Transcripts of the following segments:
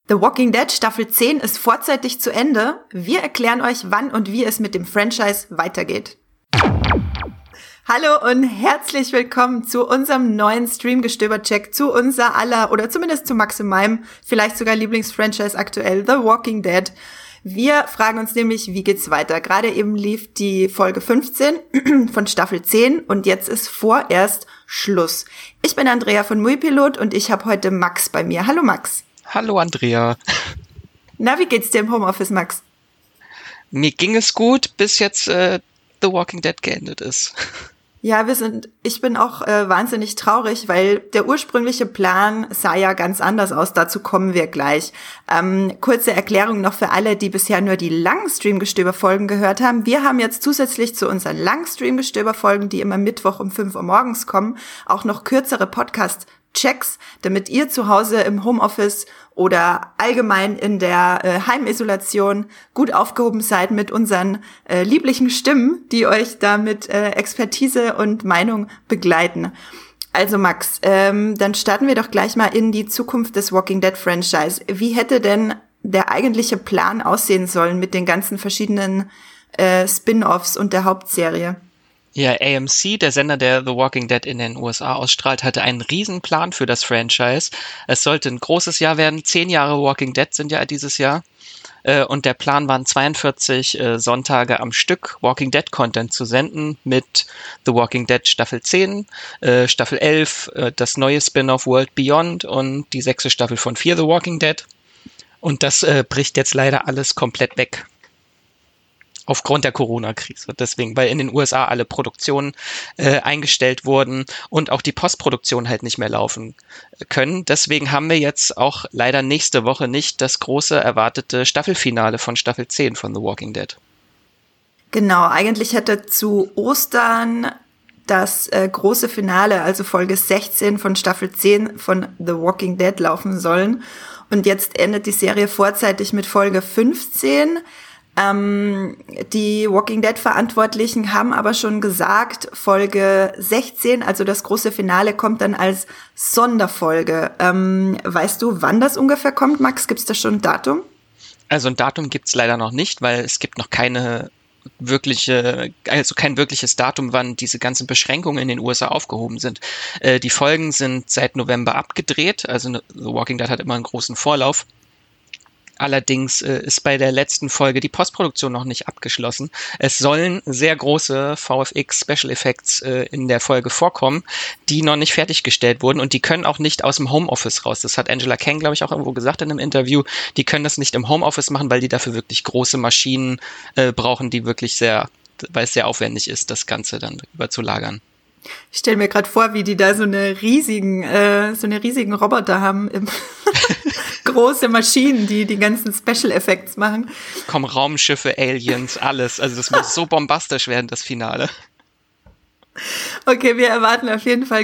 The Walking Dead Staffel 10 ist vorzeitig zu Ende. Wir erklären euch, wann und wie es mit dem Franchise weitergeht. Hallo und herzlich willkommen zu unserem neuen Streamgestöber-Check zu unser aller, oder zumindest zu Max und meinem, vielleicht sogar Lieblingsfranchise aktuell, The Walking Dead. Wir fragen uns nämlich, wie geht's weiter? Gerade eben lief die Folge 15 von Staffel 10 und jetzt ist vorerst Schluss. Ich bin Andrea von Muipilot und ich habe heute Max bei mir. Hallo Max. Hallo Andrea. Na, wie geht's dir im Homeoffice, Max? Mir ging es gut, bis jetzt The Walking Dead geendet ist. Ja, ich bin auch wahnsinnig traurig, weil der ursprüngliche Plan sah ja ganz anders aus. Dazu kommen wir gleich. Kurze Erklärung noch für alle, die bisher nur die langen Streamgestöber-Folgen gehört haben. Wir haben jetzt zusätzlich zu unseren langen Streamgestöber-Folgen, die immer Mittwoch um 5 Uhr morgens kommen, auch noch kürzere Podcast-Checks, damit ihr zu Hause im Homeoffice oder allgemein in der Heimisolation gut aufgehoben seid mit unseren lieblichen Stimmen, die euch da mit Expertise und Meinung begleiten. Also Max, dann starten wir doch gleich mal in die Zukunft des Walking Dead Franchise. Wie hätte denn der eigentliche Plan aussehen sollen mit den ganzen verschiedenen Spin-offs und der Hauptserie? Ja, AMC, der Sender, der The Walking Dead in den USA ausstrahlt, hatte einen Riesenplan für das Franchise. Es sollte ein großes Jahr werden. 10 Jahre Walking Dead sind ja dieses Jahr. Und der Plan waren 42 Sonntage am Stück Walking Dead Content zu senden mit The Walking Dead Staffel 10, Staffel 11, das neue Spin-off World Beyond und die 6. Staffel von Fear the Walking Dead. Und das bricht jetzt leider alles komplett weg. Aufgrund der Corona-Krise. Deswegen, weil in den USA alle Produktionen eingestellt wurden und auch die Postproduktion halt nicht mehr laufen können. Deswegen haben wir jetzt auch leider nächste Woche nicht das große erwartete Staffelfinale von Staffel 10 von The Walking Dead. Genau, eigentlich hätte zu Ostern das große Finale, also Folge 16 von Staffel 10 von The Walking Dead laufen sollen. Und jetzt endet die Serie vorzeitig mit Folge 15. Die Walking Dead-Verantwortlichen haben aber schon gesagt, Folge 16, also das große Finale, kommt dann als Sonderfolge. Weißt du, wann das ungefähr kommt, Max? Gibt es da schon ein Datum? Also ein Datum gibt es leider noch nicht, weil es gibt noch kein wirkliches Datum, wann diese ganzen Beschränkungen in den USA aufgehoben sind. Die Folgen sind seit November abgedreht, also The Walking Dead hat immer einen großen Vorlauf. Allerdings ist bei der letzten Folge die Postproduktion noch nicht abgeschlossen. Es sollen sehr große VFX Special Effects in der Folge vorkommen, die noch nicht fertiggestellt wurden und die können auch nicht aus dem Homeoffice raus. Das hat Angela Kang, glaube ich, auch irgendwo gesagt in einem Interview. Die können das nicht im Homeoffice machen, weil die dafür wirklich große Maschinen brauchen, die wirklich weil es sehr aufwendig ist, das Ganze dann überzulagern. Ich stelle mir gerade vor, wie die da so eine riesigen Roboter haben, große Maschinen, die ganzen Special Effects machen. Kommen Raumschiffe, Aliens, alles. Also das muss so bombastisch werden, das Finale. Okay, wir erwarten auf jeden Fall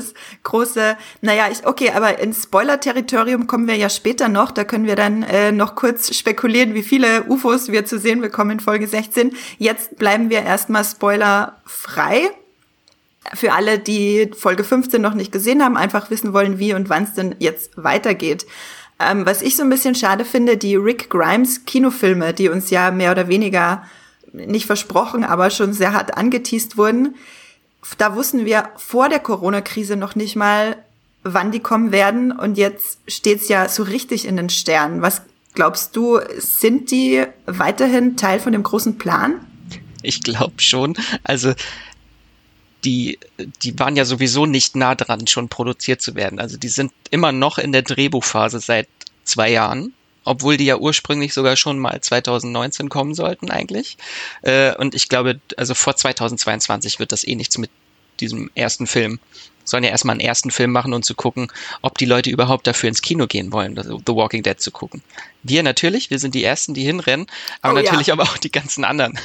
aber ins Spoiler-Territorium kommen wir ja später noch. Da können wir dann noch kurz spekulieren, wie viele UFOs wir zu sehen bekommen in Folge 16. Jetzt bleiben wir erstmal spoilerfrei. Für alle, die Folge 15 noch nicht gesehen haben, einfach wissen wollen, wie und wann es denn jetzt weitergeht. Was ich so ein bisschen schade finde, die Rick Grimes Kinofilme, die uns ja mehr oder weniger nicht versprochen, aber schon sehr hart angeteast wurden, da wussten wir vor der Corona-Krise noch nicht mal, wann die kommen werden und jetzt steht's ja so richtig in den Sternen. Was glaubst du, sind die weiterhin Teil von dem großen Plan? Ich glaube schon. Also die waren ja sowieso nicht nah dran, schon produziert zu werden. Also die sind immer noch in der Drehbuchphase seit 2 Jahren, obwohl die ja ursprünglich sogar schon mal 2019 kommen sollten eigentlich. Und ich glaube, also vor 2022 wird das eh nichts mit diesem ersten Film. Sollen ja erstmal einen ersten Film machen und zu gucken, ob die Leute überhaupt dafür ins Kino gehen wollen, also The Walking Dead zu gucken. Wir sind die Ersten, die hinrennen, aber natürlich aber auch die ganzen anderen.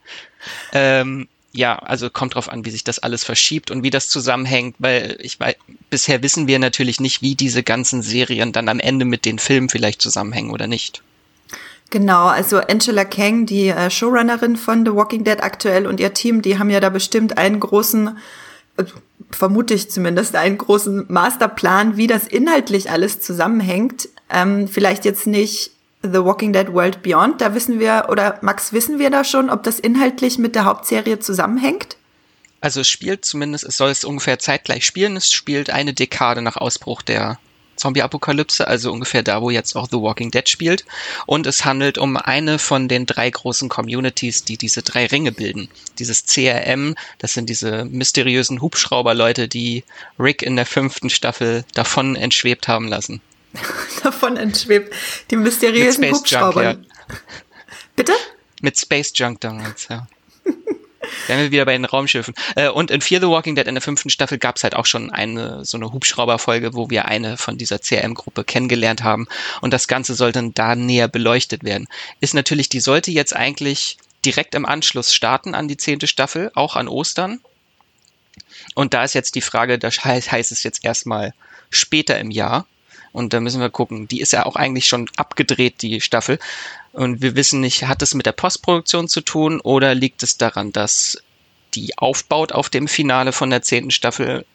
Ja, also kommt drauf an, wie sich das alles verschiebt und wie das zusammenhängt, weil bisher wissen wir natürlich nicht, wie diese ganzen Serien dann am Ende mit den Filmen vielleicht zusammenhängen oder nicht. Genau, also Angela Kang, die Showrunnerin von The Walking Dead aktuell und ihr Team, die haben ja da bestimmt einen großen, vermute ich zumindest, einen großen Masterplan, wie das inhaltlich alles zusammenhängt. Vielleicht jetzt nicht The Walking Dead World Beyond, da wissen wir, oder Max, wissen wir da schon, ob das inhaltlich mit der Hauptserie zusammenhängt? Also es soll es ungefähr zeitgleich spielen. Es spielt eine Dekade nach Ausbruch der Zombie-Apokalypse, also ungefähr da, wo jetzt auch The Walking Dead spielt. Und es handelt um eine von den 3 großen Communities, die diese 3 Ringe bilden. Dieses CRM, das sind diese mysteriösen Hubschrauberleute, die Rick in der 5. Staffel davon entschwebt haben lassen. Davon entschwebt. Die mysteriösen Hubschrauber. Junk, ja. Bitte? Mit Space Junk damals, ja. Wären wir wieder bei den Raumschiffen. Und in Fear the Walking Dead in der 5. Staffel gab es halt auch schon so eine Hubschrauberfolge, wo wir eine von dieser CRM-Gruppe kennengelernt haben. Und das Ganze soll dann da näher beleuchtet werden. Die sollte jetzt eigentlich direkt im Anschluss starten an die 10. Staffel, auch an Ostern. Und da ist jetzt die Frage, das heißt es jetzt erstmal später im Jahr. Und da müssen wir gucken. Die ist ja auch eigentlich schon abgedreht, die Staffel. Und wir wissen nicht, hat es mit der Postproduktion zu tun oder liegt es daran, dass die aufbaut auf dem Finale von der 10. Staffel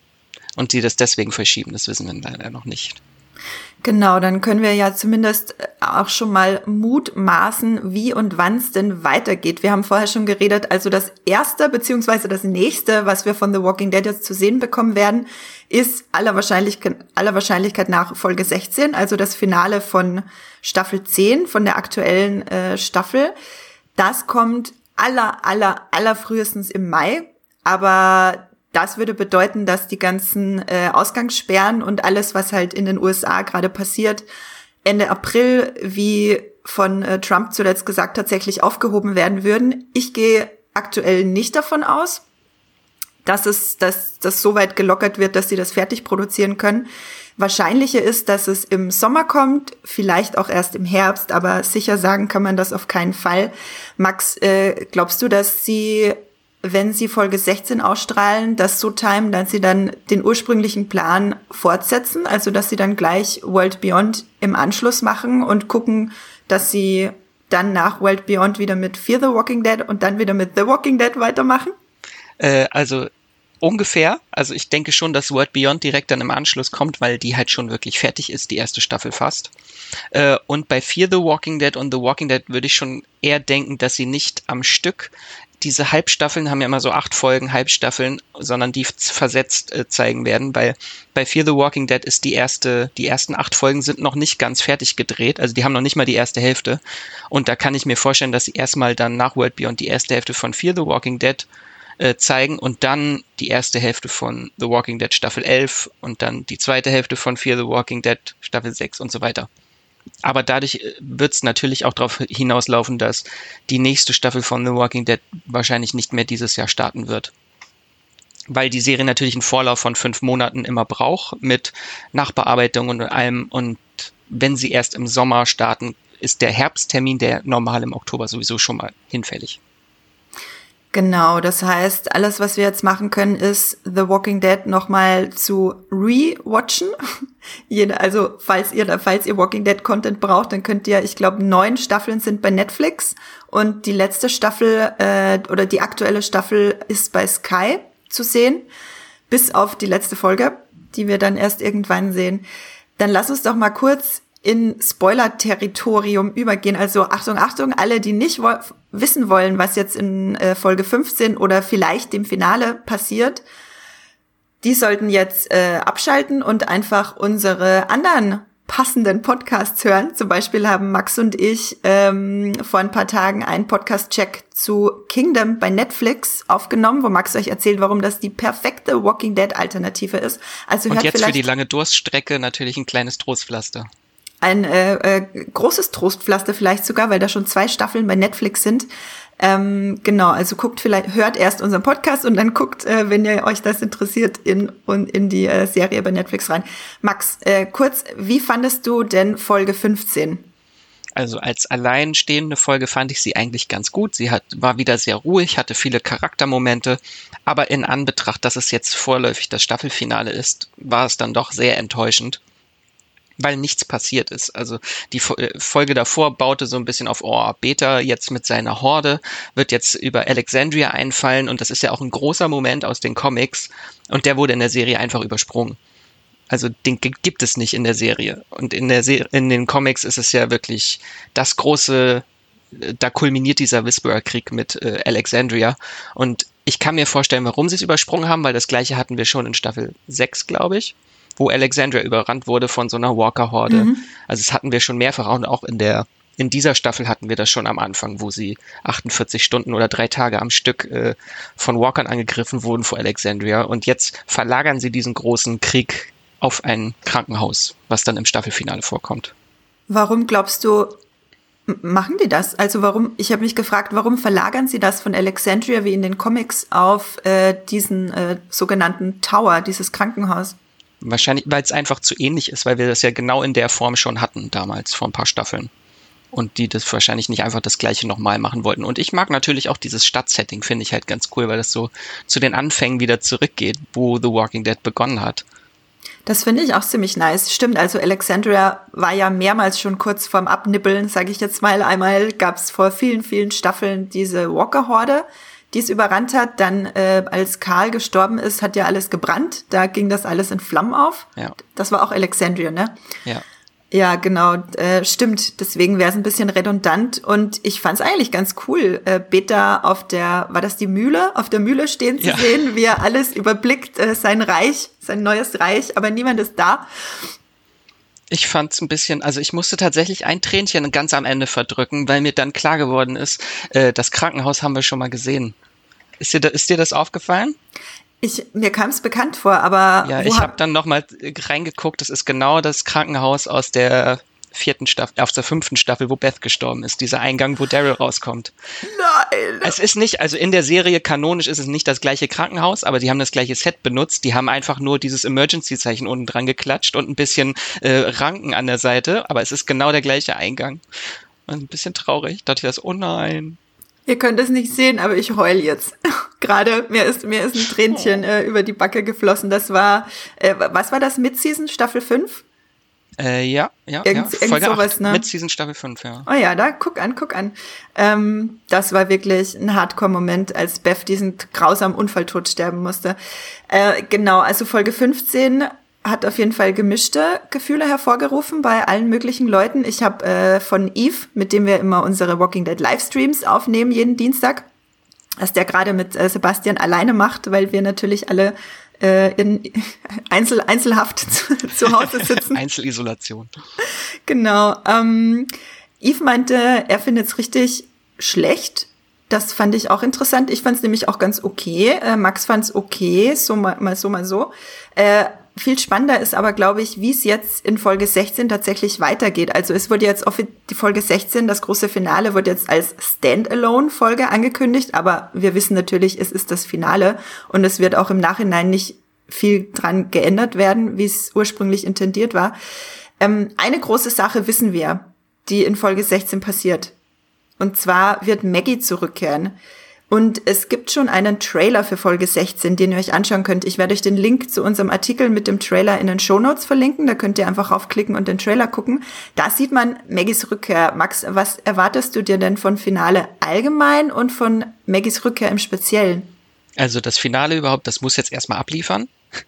und die das deswegen verschieben? Das wissen wir leider noch nicht. Genau, dann können wir ja zumindest auch schon mal mutmaßen, wie und wann es denn weitergeht. Wir haben vorher schon geredet, also das erste beziehungsweise das nächste, was wir von The Walking Dead jetzt zu sehen bekommen werden, ist aller Wahrscheinlichkeit nach Folge 16, also das Finale von Staffel 10, von der aktuellen Staffel. Das kommt aller frühestens im Mai, aber das würde bedeuten, dass die ganzen Ausgangssperren und alles, was halt in den USA gerade passiert, Ende April, wie von Trump zuletzt gesagt, tatsächlich aufgehoben werden würden. Ich gehe aktuell nicht davon aus, dass das so weit gelockert wird, dass sie das fertig produzieren können. Wahrscheinlicher ist, dass es im Sommer kommt, vielleicht auch erst im Herbst, aber sicher sagen kann man das auf keinen Fall. Max, glaubst du, dass sie, wenn sie Folge 16 ausstrahlen, das so timen, dass sie dann den ursprünglichen Plan fortsetzen, also dass sie dann gleich World Beyond im Anschluss machen und gucken, dass sie dann nach World Beyond wieder mit Fear the Walking Dead und dann wieder mit The Walking Dead weitermachen? Also ungefähr. Also ich denke schon, dass World Beyond direkt dann im Anschluss kommt, weil die halt schon wirklich fertig ist, die erste Staffel fast. Und bei Fear the Walking Dead und The Walking Dead würde ich schon eher denken, dass sie nicht am Stück, diese Halbstaffeln haben ja immer so 8 Folgen, Halbstaffeln, sondern die versetzt zeigen werden. Bei Fear the Walking Dead ist die ersten 8 Folgen sind noch nicht ganz fertig gedreht, also die haben noch nicht mal die erste Hälfte. Und da kann ich mir vorstellen, dass sie erstmal dann nach World Beyond die erste Hälfte von Fear the Walking Dead zeigen und dann die erste Hälfte von The Walking Dead Staffel 11 und dann die zweite Hälfte von Fear the Walking Dead Staffel 6 und so weiter. Aber dadurch wird es natürlich auch darauf hinauslaufen, dass die nächste Staffel von The Walking Dead wahrscheinlich nicht mehr dieses Jahr starten wird. Weil die Serie natürlich einen Vorlauf von 5 Monaten immer braucht mit Nachbearbeitung und allem. Und wenn sie erst im Sommer starten, ist der Herbsttermin, der normal im Oktober sowieso schon mal hinfällig. Genau, das heißt, alles, was wir jetzt machen können, ist The Walking Dead nochmal zu rewatchen. Also, falls ihr Walking Dead Content braucht, dann könnt ihr, ich glaube, 9 Staffeln sind bei Netflix und die letzte Staffel oder die aktuelle Staffel ist bei Sky zu sehen, bis auf die letzte Folge, die wir dann erst irgendwann sehen. Dann lass uns doch mal kurz in Spoiler-Territorium übergehen. Also Achtung, alle, die nicht wissen wollen, was jetzt in Folge 15 oder vielleicht dem Finale passiert, die sollten jetzt abschalten und einfach unsere anderen passenden Podcasts hören. Zum Beispiel haben Max und ich vor ein paar Tagen einen Podcast-Check zu Kingdom bei Netflix aufgenommen, wo Max euch erzählt, warum das die perfekte Walking Dead-Alternative ist. Also und hört jetzt vielleicht für die lange Durststrecke natürlich ein kleines Trostpflaster. Ein großes Trostpflaster vielleicht sogar, weil da schon 2 Staffeln bei Netflix sind. Genau, also hört erst unseren Podcast und dann guckt, wenn ihr euch das interessiert, in die Serie bei Netflix rein. Max, kurz, wie fandest du denn Folge 15? Also als alleinstehende Folge fand ich sie eigentlich ganz gut. Sie war wieder sehr ruhig, hatte viele Charaktermomente, aber in Anbetracht, dass es jetzt vorläufig das Staffelfinale ist, war es dann doch sehr enttäuschend, weil nichts passiert ist. Also die Folge davor baute so ein bisschen auf, Beta jetzt mit seiner Horde wird jetzt über Alexandria einfallen und das ist ja auch ein großer Moment aus den Comics und der wurde in der Serie einfach übersprungen. Also den gibt es nicht in der Serie. Und in den Comics ist es ja wirklich das große, da kulminiert dieser Whisperer-Krieg mit Alexandria. Und ich kann mir vorstellen, warum sie es übersprungen haben, weil das Gleiche hatten wir schon in Staffel 6, glaube ich, wo Alexandria überrannt wurde von so einer Walker-Horde. Also das hatten wir schon mehrfach, und auch in dieser Staffel hatten wir das schon am Anfang, wo sie 48 Stunden oder 3 Tage am Stück von Walkern angegriffen wurden vor Alexandria. Und jetzt verlagern sie diesen großen Krieg auf ein Krankenhaus, was dann im Staffelfinale vorkommt. Warum glaubst du, machen die das? Also ich habe mich gefragt, warum verlagern sie das von Alexandria wie in den Comics auf diesen sogenannten Tower, dieses Krankenhaus? Wahrscheinlich, weil es einfach zu ähnlich ist, weil wir das ja genau in der Form schon hatten damals, vor ein paar Staffeln. Und die das wahrscheinlich nicht einfach das Gleiche nochmal machen wollten. Und ich mag natürlich auch dieses Stadtsetting, finde ich halt ganz cool, weil das so zu den Anfängen wieder zurückgeht, wo The Walking Dead begonnen hat. Das finde ich auch ziemlich nice. Stimmt, also Alexandria war ja mehrmals schon kurz vorm Abnippeln, sage ich jetzt mal. Einmal gab es vor vielen, vielen Staffeln diese Walker-Horde, die es überrannt hat. Dann, als Carl gestorben ist, hat ja alles gebrannt. Da ging das alles in Flammen auf. Ja. Das war auch Alexandria, ne? Ja. Ja, genau, stimmt. Deswegen wäre es ein bisschen redundant. Und ich fand es eigentlich ganz cool, Beta war das die Mühle? Auf der Mühle stehen zu sehen, wie er alles überblickt, sein neues Reich, aber niemand ist da. Ich fand es ein bisschen, also ich musste tatsächlich ein Tränchen ganz am Ende verdrücken, weil mir dann klar geworden ist, das Krankenhaus haben wir schon mal gesehen. Ist dir das aufgefallen? Mir kam es bekannt vor, aber... Ja, ich habe dann nochmal reingeguckt, das ist genau das Krankenhaus aus der 5. Staffel, wo Beth gestorben ist, dieser Eingang, wo Daryl rauskommt. Nein! Es ist nicht, also in der Serie kanonisch ist es nicht das gleiche Krankenhaus, aber die haben das gleiche Set benutzt, die haben einfach nur dieses Emergency-Zeichen unten dran geklatscht und ein bisschen Ranken an der Seite, aber es ist genau der gleiche Eingang. Und ein bisschen traurig, dachte ich das, oh nein. Ihr könnt es nicht sehen, aber ich heul jetzt. Gerade, mir ist ein Tränchen über die Backe geflossen. Das war, was war das, Mid-Season, Staffel 5? Ja. Folge sowas, 8, ne? Mid-Season Staffel 5, ja. Oh ja, da, guck an. Das war wirklich ein Hardcore-Moment, als Beth diesen grausamen Unfalltod sterben musste. Genau, also Folge 15 hat auf jeden Fall gemischte Gefühle hervorgerufen bei allen möglichen Leuten. Ich habe von Eve, mit dem wir immer unsere Walking Dead Livestreams aufnehmen, jeden Dienstag, was der gerade mit Sebastian alleine macht, weil wir natürlich alle in Einzelhaft zu Hause sitzen. Einzelisolation. Genau. Eve meinte, er findet es richtig schlecht. Das fand ich auch interessant. Ich fand es nämlich auch ganz okay. Max fand es okay, so mal so. Viel spannender ist aber, glaube ich, wie es jetzt in Folge 16 tatsächlich weitergeht. Also es wurde jetzt die Folge 16, das große Finale, wird jetzt als Standalone-Folge angekündigt, aber wir wissen natürlich, es ist das Finale und es wird auch im Nachhinein nicht viel dran geändert werden, wie es ursprünglich intendiert war. Eine große Sache wissen wir, die in Folge 16 passiert. Und zwar wird Maggie zurückkehren. Und es gibt schon einen Trailer für Folge 16, den ihr euch anschauen könnt. Ich werde euch den Link zu unserem Artikel mit dem Trailer in den Shownotes verlinken. Da könnt ihr einfach raufklicken und den Trailer gucken. Da sieht man Maggies Rückkehr. Max, was erwartest du dir denn von Finale allgemein und von Maggies Rückkehr im Speziellen? Also das Finale überhaupt, das muss jetzt erstmal abliefern.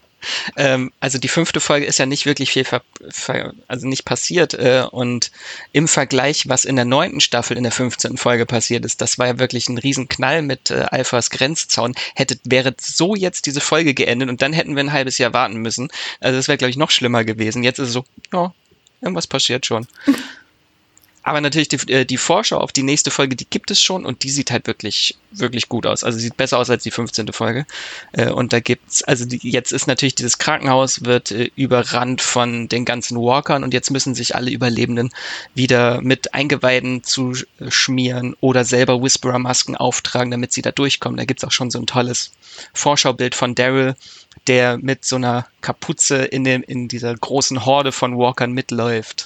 Also die 5. Folge ist ja nicht wirklich viel nicht passiert und im Vergleich, was in der 9. Staffel in der 15. Folge passiert ist, das war ja wirklich ein Riesenknall mit Alphas Grenzzaun. Wäre so jetzt diese Folge geendet und dann hätten wir ein halbes Jahr warten müssen. Also das wäre, glaube ich, noch schlimmer gewesen. Jetzt ist es so, ja, irgendwas passiert schon. Aber natürlich die Vorschau auf die nächste Folge, die gibt es schon und die sieht halt wirklich, wirklich gut aus. Also sieht besser aus als die 15. Folge. Und da gibt's, also jetzt ist natürlich dieses Krankenhaus wird überrannt von den ganzen Walkern und jetzt müssen sich alle Überlebenden wieder mit Eingeweiden zu schmieren oder selber Whisperer-Masken auftragen, damit sie da durchkommen. Da gibt's auch schon so ein tolles Vorschaubild von Daryl, der mit so einer Kapuze in dieser großen Horde von Walkern mitläuft.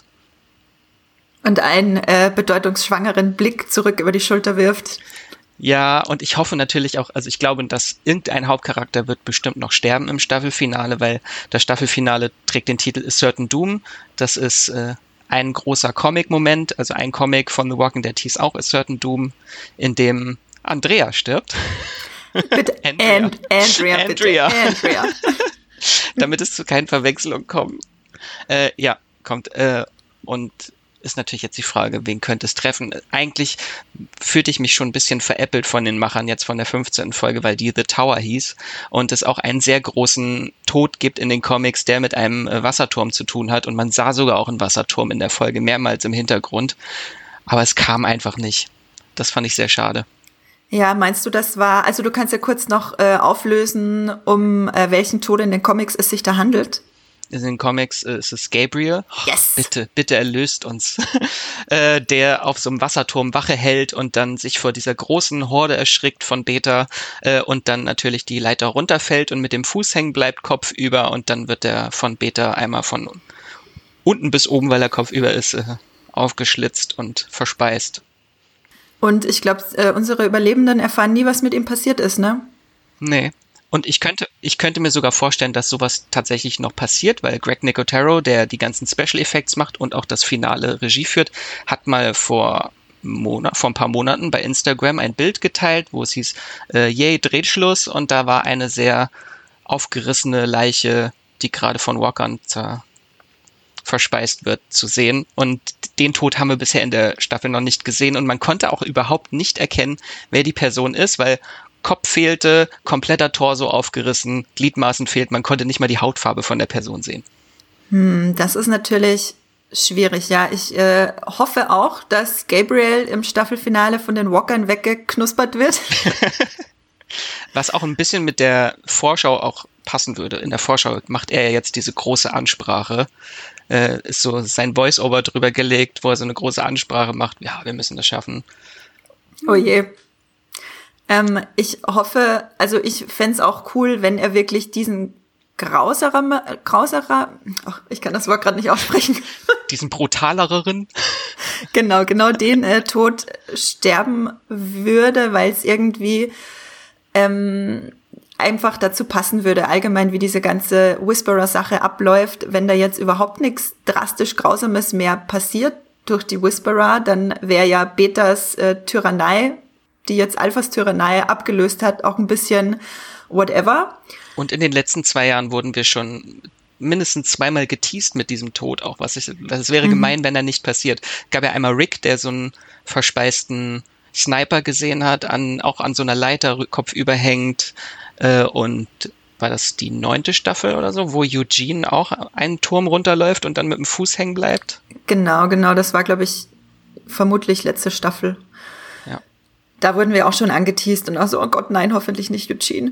Und einen bedeutungsschwangeren Blick zurück über die Schulter wirft. Ja, und ich hoffe natürlich auch, also ich glaube, dass irgendein Hauptcharakter wird bestimmt noch sterben im Staffelfinale, weil das Staffelfinale trägt den Titel A Certain Doom. Das ist ein großer Comic-Moment, also ein Comic von The Walking Dead hieß auch A Certain Doom, in dem Andrea stirbt. Bitte, Andrea. damit es zu keinen Verwechslungen kommt. Ja, kommt. Und ist natürlich jetzt die Frage, wen könnte es treffen? Eigentlich fühlte ich mich schon ein bisschen veräppelt von den Machern jetzt von der 15. Folge, weil die The Tower hieß und es auch einen sehr großen Tod gibt in den Comics, der mit einem Wasserturm zu tun hat und man sah sogar auch einen Wasserturm in der Folge mehrmals im Hintergrund, aber es kam einfach nicht. Das fand ich sehr schade. Ja, meinst du, das war, also du kannst ja kurz noch auflösen, um welchen Tod in den Comics es sich da handelt? In den Comics ist es Gabriel. Yes! Bitte erlöst uns. Der auf so einem Wasserturm Wache hält und dann sich vor dieser großen Horde erschrickt von Beta und dann natürlich die Leiter runterfällt und mit dem Fuß hängen bleibt, kopfüber und dann wird er von Beta einmal von unten bis oben, weil er kopfüber ist, aufgeschlitzt und verspeist. Und ich glaube, unsere Überlebenden erfahren nie, was mit ihm passiert ist, ne? Nee. Und ich könnte mir sogar vorstellen, dass sowas tatsächlich noch passiert, weil Greg Nicotero, der die ganzen Special Effects macht und auch das finale Regie führt, hat mal vor ein paar Monaten bei Instagram ein Bild geteilt, wo es hieß, yay, Drehschluss, und da war eine sehr aufgerissene Leiche, die gerade von Walkern verspeist wird, zu sehen. Und den Tod haben wir bisher in der Staffel noch nicht gesehen und man konnte auch überhaupt nicht erkennen, wer die Person ist, weil Kopf fehlte, kompletter Torso aufgerissen, Gliedmaßen fehlt, man konnte nicht mal die Hautfarbe von der Person sehen. Das ist natürlich schwierig, ja. Ich hoffe auch, dass Gabriel im Staffelfinale von den Walkern weggeknuspert wird. Was auch ein bisschen mit der Vorschau auch passen würde. In der Vorschau macht er ja jetzt diese große Ansprache, ist so sein Voice-Over drüber gelegt, wo er so eine große Ansprache macht. Ja, wir müssen das schaffen. Oh je. Ich hoffe, also ich fänd's auch cool, wenn er wirklich diesen ich kann das Wort gerade nicht aussprechen. Diesen brutaleren. Genau den Tod sterben würde, weil es irgendwie einfach dazu passen würde, allgemein wie diese ganze Whisperer-Sache abläuft. Wenn da jetzt überhaupt nichts drastisch Grausames mehr passiert durch die Whisperer, dann wäre ja Betas Tyrannei, die jetzt Alphas Tyrannei abgelöst hat, auch ein bisschen whatever. Und in den letzten 2 Jahren wurden wir schon mindestens 2-mal geteased mit diesem Tod auch. Es wäre gemein, wenn er nicht passiert. Gab ja einmal Rick, der so einen verspeisten Sniper gesehen hat, auch an so einer Leiter kopfüber hängt. Und war das die 9. Staffel oder so, wo Eugene auch einen Turm runterläuft und dann mit dem Fuß hängen bleibt? Genau. Das war, glaube ich, vermutlich letzte Staffel. Ja. Da wurden wir auch schon angeteased und auch so, oh Gott, nein, hoffentlich nicht Eugene.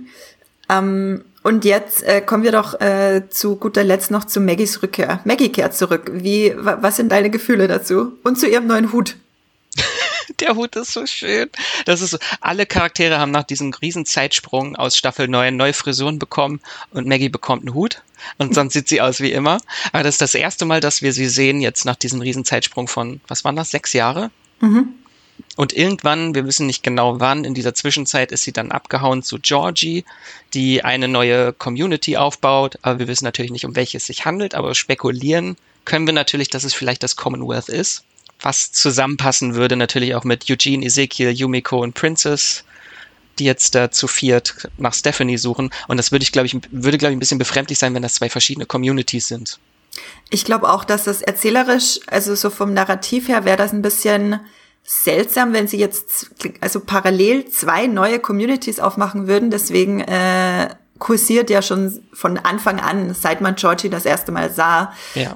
Und jetzt kommen wir doch zu guter Letzt noch zu Maggies Rückkehr. Maggie kehrt zurück. Was sind deine Gefühle dazu? Und zu ihrem neuen Hut? Der Hut ist so schön. Das ist so, alle Charaktere haben nach diesem riesen Zeitsprung aus Staffel 9 neue Frisuren bekommen und Maggie bekommt einen Hut und sonst sieht sie aus wie immer. Aber das ist das erste Mal, dass wir sie sehen jetzt nach diesem riesen Zeitsprung von, was waren das, 6 Jahre? Mhm. Und irgendwann, wir wissen nicht genau wann, in dieser Zwischenzeit ist sie dann abgehauen zu Georgie, die eine neue Community aufbaut. Aber wir wissen natürlich nicht, um welche es sich handelt, aber spekulieren können wir natürlich, dass es vielleicht das Commonwealth ist. Was zusammenpassen würde natürlich auch mit Eugene, Ezekiel, Yumiko und Princess, die jetzt da zu 4 nach Stephanie suchen. Und das würde, glaube ich, ein bisschen befremdlich sein, wenn das 2 verschiedene Communities sind. Ich glaube auch, dass das erzählerisch, also so vom Narrativ her, wäre das ein bisschen seltsam, wenn sie jetzt also parallel 2 neue Communities aufmachen würden. Deswegen kursiert ja schon von Anfang an, seit man Georgie das erste Mal sah,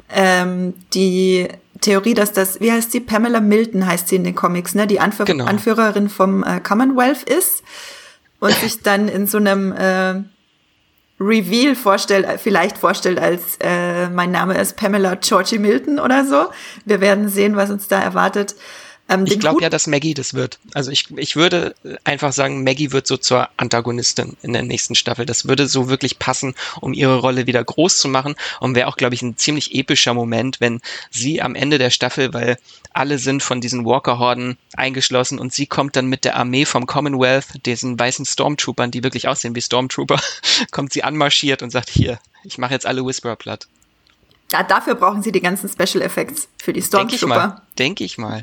die Theorie, dass das, wie heißt sie, Pamela Milton heißt sie in den Comics, ne, die Anführerin vom Commonwealth ist und sich dann in so einem Reveal vielleicht vorstellt als mein Name ist Pamela Georgie Milton oder so. Wir werden sehen, was uns da erwartet. Ich glaube ja, dass Maggie das wird. Also ich würde einfach sagen, Maggie wird so zur Antagonistin in der nächsten Staffel. Das würde so wirklich passen, um ihre Rolle wieder groß zu machen und wäre auch, glaube ich, ein ziemlich epischer Moment, wenn sie am Ende der Staffel, weil alle sind von diesen Walker-Horden eingeschlossen und sie kommt dann mit der Armee vom Commonwealth, diesen weißen Stormtroopern, die wirklich aussehen wie Stormtrooper, kommt sie anmarschiert und sagt, hier, ich mache jetzt alle Whisperer platt. Ja, dafür brauchen sie die ganzen Special Effects für die Stormtrooper. Denke ich mal.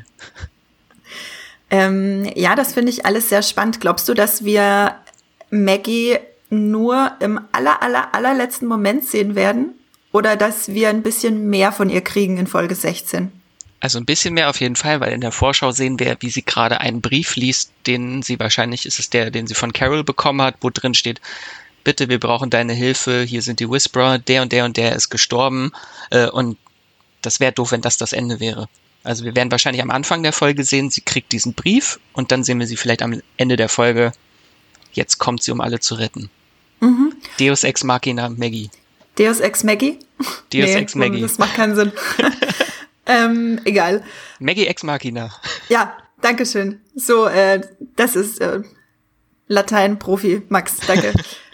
Ja, das finde ich alles sehr spannend. Glaubst du, dass wir Maggie nur im allerletzten Moment sehen werden oder dass wir ein bisschen mehr von ihr kriegen in Folge 16? Also ein bisschen mehr auf jeden Fall, weil in der Vorschau sehen wir, wie sie gerade einen Brief liest, den sie wahrscheinlich, ist es der, den sie von Carol bekommen hat, wo drin steht, bitte, wir brauchen deine Hilfe, hier sind die Whisperer, der und der ist gestorben und das wäre doof, wenn das Ende wäre. Also wir werden wahrscheinlich am Anfang der Folge sehen, sie kriegt diesen Brief und dann sehen wir sie vielleicht am Ende der Folge, jetzt kommt sie, um alle zu retten. Mhm. Deus Ex Machina Maggie. Deus Ex Maggie? Deus Ex Maggie. Das macht keinen Sinn. Egal. Maggie Ex Machina. Ja, dankeschön. So, das ist Latein-Profi, Max, danke.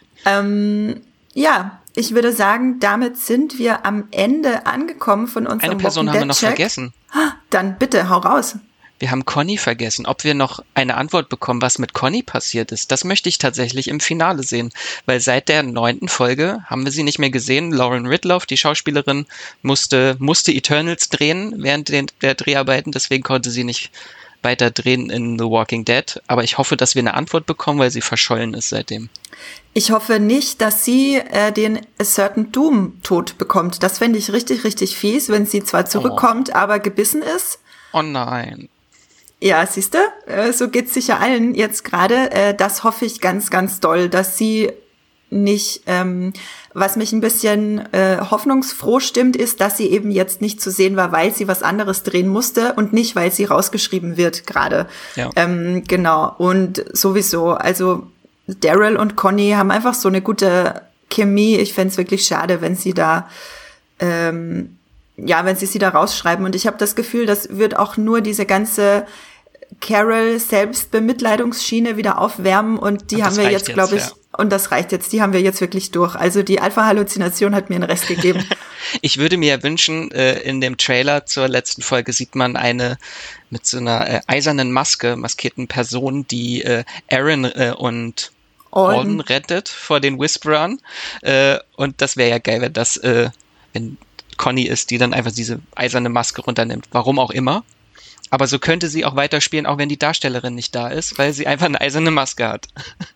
Ja, ich würde sagen, damit sind wir am Ende angekommen von unserem Eine Person haben wir noch vergessen. Dann bitte, hau raus. Wir haben Conny vergessen. Ob wir noch eine Antwort bekommen, was mit Conny passiert ist, das möchte ich tatsächlich im Finale sehen. Weil seit der 9. Folge haben wir sie nicht mehr gesehen. Lauren Ridloff, die Schauspielerin, musste Eternals drehen während der Dreharbeiten. Deswegen konnte sie nicht weiter drehen in The Walking Dead. Aber ich hoffe, dass wir eine Antwort bekommen, weil sie verschollen ist seitdem. Ich hoffe nicht, dass sie den A Certain Doom-Tod bekommt. Das fände ich richtig, richtig fies, wenn sie zwar zurückkommt, aber gebissen ist. Oh nein. Ja, siehste, so geht's sicher allen jetzt gerade. Das hoffe ich ganz, ganz doll, dass sie nicht, was mich ein bisschen hoffnungsfroh stimmt, ist, dass sie eben jetzt nicht zu sehen war, weil sie was anderes drehen musste und nicht, weil sie rausgeschrieben wird gerade. Ja. Genau, und sowieso, also Daryl und Conny haben einfach so eine gute Chemie. Ich fände es wirklich schade, wenn sie da wenn sie da rausschreiben. Und ich habe das Gefühl, das wird auch nur diese ganze Carol-Selbstbemitleidungsschiene wieder aufwärmen. Und die haben wir jetzt, glaube ich, und das reicht jetzt, die haben wir jetzt wirklich durch. Also die Alpha-Halluzination hat mir einen Rest gegeben. Ich würde mir wünschen, in dem Trailer zur letzten Folge sieht man eine mit so einer eisernen Maske maskierten Person, die Aaron und Alden rettet vor den Whisperern. Und das wäre ja geil, wenn das, wenn Conny ist, die dann einfach diese eiserne Maske runternimmt. Warum auch immer. Aber so könnte sie auch weiterspielen, auch wenn die Darstellerin nicht da ist, weil sie einfach eine eiserne Maske hat.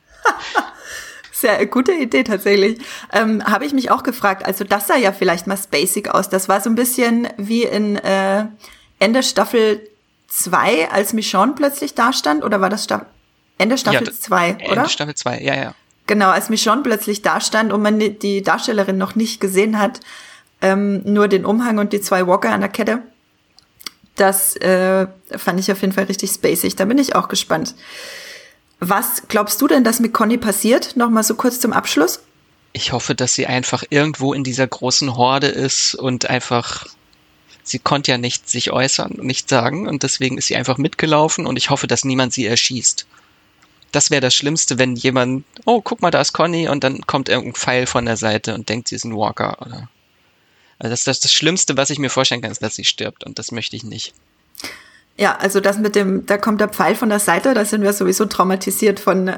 Sehr gute Idee tatsächlich. Habe ich mich auch gefragt, also das sah ja vielleicht mal spacig aus. Das war so ein bisschen wie in Ende Staffel 2, als Michonne plötzlich da stand. Oder war das Ende Staffel 2, oder? Ende Staffel 2, ja. Genau, als Michonne plötzlich da stand und man die Darstellerin noch nicht gesehen hat, nur den Umhang und die 2 Walker an der Kette. Das fand ich auf jeden Fall richtig spacig. Da bin ich auch gespannt. Was glaubst du denn, dass mit Conny passiert? Nochmal so kurz zum Abschluss. Ich hoffe, dass sie einfach irgendwo in dieser großen Horde ist und einfach, sie konnte ja nicht sich äußern, nicht sagen und deswegen ist sie einfach mitgelaufen und ich hoffe, dass niemand sie erschießt. Das wäre das Schlimmste, wenn jemand, oh, guck mal, da ist Conny und dann kommt irgendein Pfeil von der Seite und denkt, sie ist ein Walker, oder? Also das Schlimmste, was ich mir vorstellen kann, ist, dass sie stirbt und das möchte ich nicht. Ja, also das mit dem, da kommt der Pfeil von der Seite, da sind wir sowieso traumatisiert von,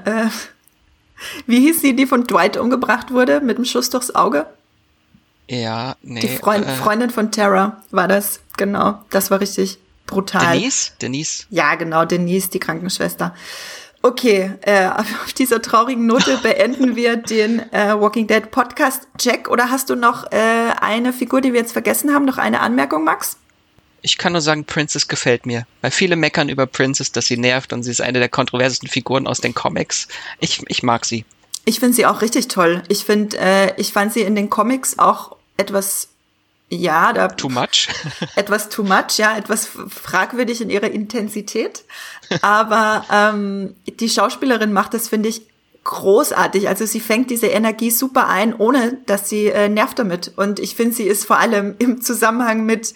wie hieß sie, die von Dwight umgebracht wurde, mit dem Schuss durchs Auge? Ja, nee. Die Freundin von Tara war das, genau, das war richtig brutal. Denise? Ja, genau, Denise, die Krankenschwester. Okay, auf dieser traurigen Note beenden wir den Walking Dead Podcast. Jack, oder hast du noch eine Figur, die wir jetzt vergessen haben? Noch eine Anmerkung, Max? Ich kann nur sagen, Princess gefällt mir. Weil viele meckern über Princess, dass sie nervt und sie ist eine der kontroversesten Figuren aus den Comics. Ich mag sie. Ich finde sie auch richtig toll. Ich fand sie in den Comics auch etwas, too much? Etwas too much, ja, etwas fragwürdig in ihrer Intensität. Aber die Schauspielerin macht das, finde ich, großartig. Also sie fängt diese Energie super ein, ohne dass sie nervt damit. Und ich finde, sie ist vor allem im Zusammenhang mit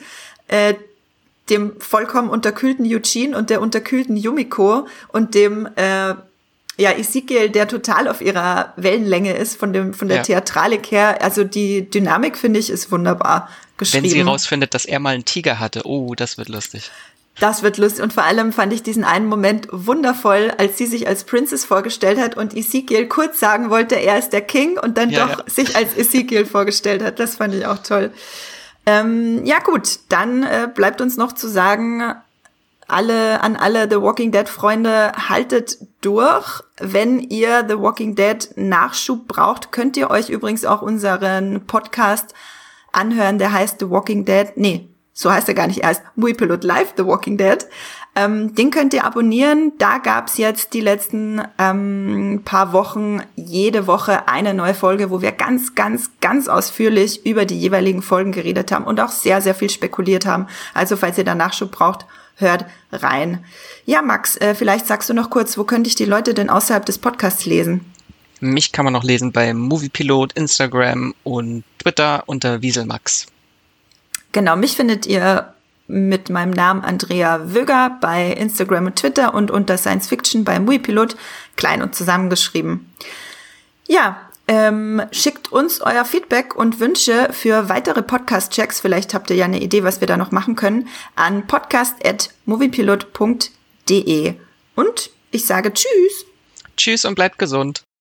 dem vollkommen unterkühlten Eugene und der unterkühlten Yumiko und dem Ezekiel, der total auf ihrer Wellenlänge ist, von der Theatralik her. Also die Dynamik, finde ich, ist wunderbar geschrieben. Wenn sie rausfindet, dass er mal einen Tiger hatte, das wird lustig. Das wird lustig. Und vor allem fand ich diesen einen Moment wundervoll, als sie sich als Princess vorgestellt hat und Ezekiel kurz sagen wollte, er ist der King und dann sich als Ezekiel vorgestellt hat. Das fand ich auch toll. Ja gut, dann bleibt uns noch zu sagen, an alle The Walking Dead Freunde, haltet durch. Wenn ihr The Walking Dead Nachschub braucht, könnt ihr euch übrigens auch unseren Podcast anhören, der heißt The Walking Dead. Nee, so heißt er gar nicht. Er heißt Moviepilot Live The Walking Dead. Den könnt ihr abonnieren. Da gab's jetzt die letzten paar Wochen jede Woche eine neue Folge, wo wir ganz, ganz, ganz ausführlich über die jeweiligen Folgen geredet haben und auch sehr, sehr viel spekuliert haben. Also falls ihr da Nachschub braucht, hört rein. Ja, Max, vielleicht sagst du noch kurz, wo könnte ich die Leute denn außerhalb des Podcasts lesen? Mich kann man noch lesen bei Moviepilot, Instagram und Twitter unter Wieselmax. Genau, mich findet ihr mit meinem Namen Andrea Wöger bei Instagram und Twitter und unter Science Fiction bei Moviepilot, klein und zusammengeschrieben. Ja, schickt uns euer Feedback und Wünsche für weitere Podcast-Checks, vielleicht habt ihr ja eine Idee, was wir da noch machen können, an podcast@moviepilot.de. Und ich sage Tschüss. Tschüss und bleibt gesund.